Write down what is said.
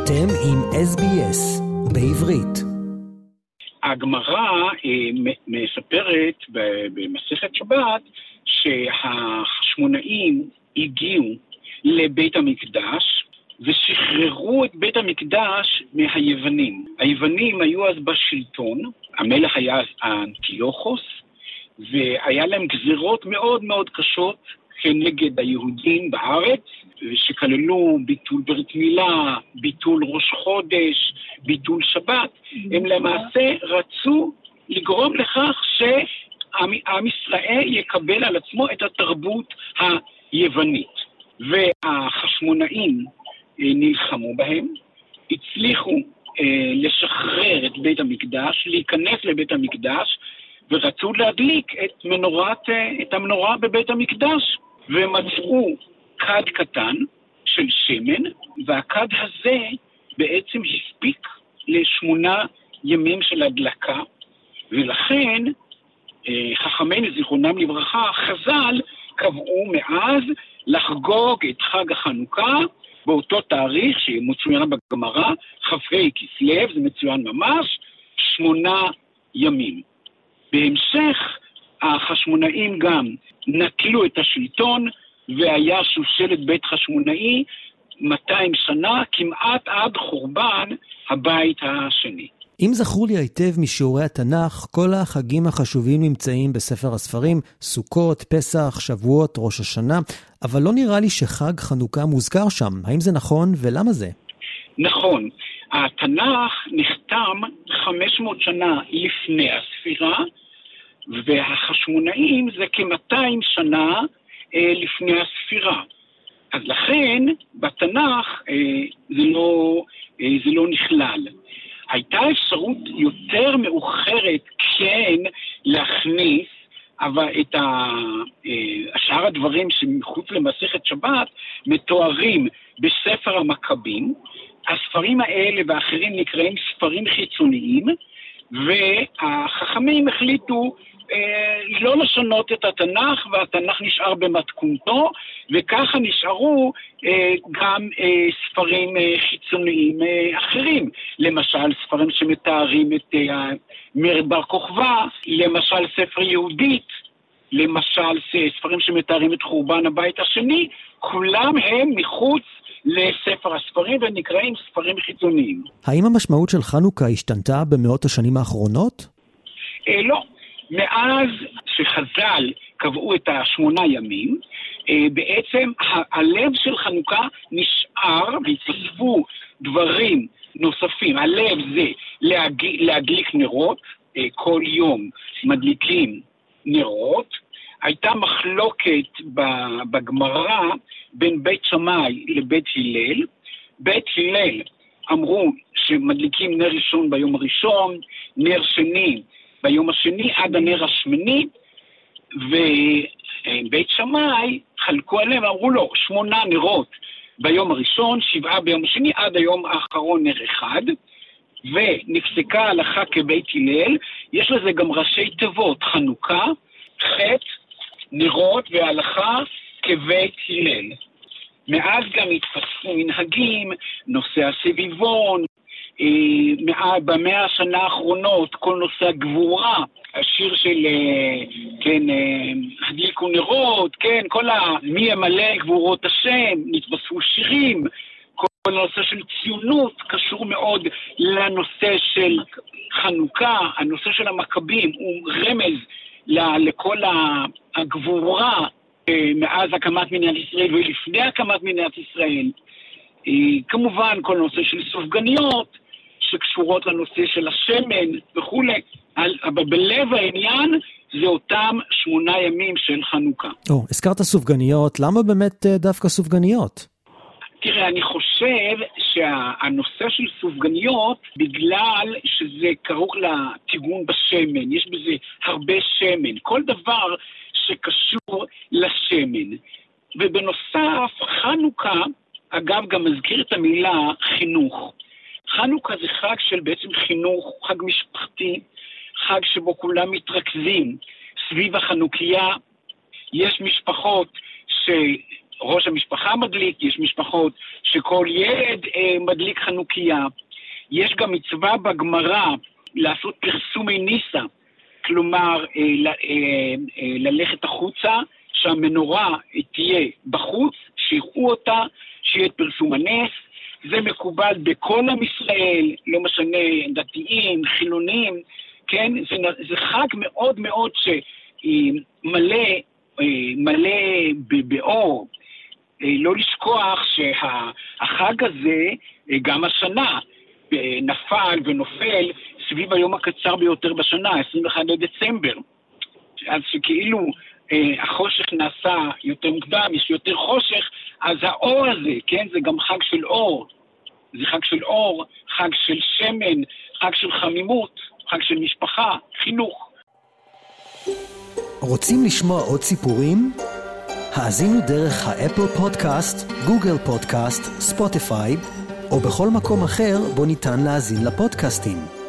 אתם עם SBS בעברית. הגמרא מספרת במסכת שבת שהחשמונאים הגיעו לבית המקדש ושחררו את בית המקדש מהיוונים. היוונים היו אז בשלטון, המלך היה אנטיוכוס, והיה להם גזירות מאוד מאוד קשות כנגד היהודים בארץ, שכללו ביטול ברית מילה, ביטול ראש חודש, ביטול שבת. הם למעשה רצו לגרום לכך שעם ישראל יקבל על עצמו את התרבות היוונית. והחשמונאים נלחמו בהם, הצליחו לשחרר את בית המקדש, להיכנס לבית המקדש, ורצו להדליק את המנורה בבית המקדש, ומצאו כד קטן של שמן, והכד הזה בעצם הספיק ל8 ימים של הדלקה, ולכן חכמינו זיכרונם לברכה, חז"ל קבעו מאז לחגוג את חג החנוכה באותו תאריך שמצוין בגמרא, כ"ה כסלו, זה מצוין ממש, 8 ימים. בהמשך החשמונאים גם נטלו את השלטון, והיה שושלת בית חשמונאי 200 שנה, כמעט עד חורבן הבית השני. אם זכרו לי היטב משיעורי התנ"ך, כל החגים החשובים נמצאים בספר הספרים, סוכות, פסח, שבועות, ראש השנה, אבל לא נראה לי שחג חנוכה מוזכר שם. האם זה נכון ולמה זה? נכון. התנ"ך נחתם 500 שנה לפני הספירה, והחשמונאים זה כ200 שנה לפני הספירה. אז לכן בתנ"ך זה לא נכלל. הייתה אפשרות יותר מאוחרת כן להכניס, אבל את שאר הדברים שמחוץ למסכת שבת מתוארים בספר המכבים. הספרים האלה ואחרים נקראים ספרים חיצוניים, והחכמים החליטו לא לשנות את התנ"ך, והתנ"ך נשאר במתכונתו, וככה נשארו גם ספרים חיצוניים אחרים. למשל, ספרים שמתארים את מרד בר כוכבא, למשל ספר יהודית, למשל ספרים שמתארים את חורבן הבית השני, כולם הם מחוץ לספר הספרים ונקראים ספרים חיצוניים. האם המשמעות של חנוכה השתנתה במאות השנים האחרונות? לא. מאז שחז"ל קבעו את 8 ימים, בעצם הלב של חנוכה נשאר והתווספו דברים נוספים. הלב זה להדליק נרות, כל יום מדליקים נרות. הייתה מחלוקת בגמרא בין בית שמאי לבית הלל. בית הלל אמרו שמדליקים נר ראשון ביום הראשון, נר שני ביום השני עד הנר השמיני, ובית שמאי חלקו עליהם, אמרו לו 8 נרות ביום הראשון, 7 ביום השני, עד היום האחרון נר אחד, ונפסקה הלכה כבית הלל. יש לזה גם ראשי תיבות, חנוכה, חטא, נרות והלכה כבית הלל. מאז גם התפסקו מנהגים, נושא הסביבון, במאה השנה האחרונות כל נושא הגבורה, השיר של הדליקו נרות, כל מי ימלא גבורות השם, נתווספו שירים, כל הנושא של ציונות קשור מאוד לנושא של חנוכה. הנושא של המכבים הוא רמז לכל הגבורה מאז הקמת מדינת ישראל ולפני הקמת מדינת ישראל. כמובן כל נושא של סופגניות שקשורות לנושא של השמן וכו'. אבל בלב העניין זה אותם 8 ימים של חנוכה. הזכרת סופגניות, למה באמת דווקא סופגניות? תראה, אני חושב שהנושא של סופגניות, בגלל שזה כרוך לטיגון בשמן, יש בזה הרבה שמן, כל דבר שקשור לשמן. ובנוסף, חנוכה, אגב, גם מזכיר את המילה חינוך. חנוכה זה חג של בעצם חינוך, חג משפחתי, חג שבו כולם מתרכזים סביב החנוכיה. יש משפחות ראש המשפחה מדליק, יש משפחות שכל ילד מדליק חנוכיה. יש גם מצווה בגמרא לעשות פרסומי ניסה, כלומר ללכת החוצה, שהמנורה תהיה בחוץ, שיראו אותה, שיהיה את פרסום הנס. זה מקובל בכל עם ישראל, לא משנה דתיים, חילונים, כן? זה חג מאוד מאוד מלא באור. לא לשכוח שהחג הזה גם השנה נפל ונופל סביב היום הקצר ביותר בשנה, 21 לדצמבר. אז שכאילו החושך נעשה יותר מוקדם, יש יותר חושך, אז האור הזה, כן, זה גם חג של אור. זה חג של אור, חג של שמן, חג של חמימות, חג של משפחה, חינוך. רוצים לשמוע עוד סיפורים? האזינו דרך האפל פודקאסט, גוגל פודקאסט, ספוטיפיי, או בכל מקום אחר בו ניתן להאזין לפודקאסטים.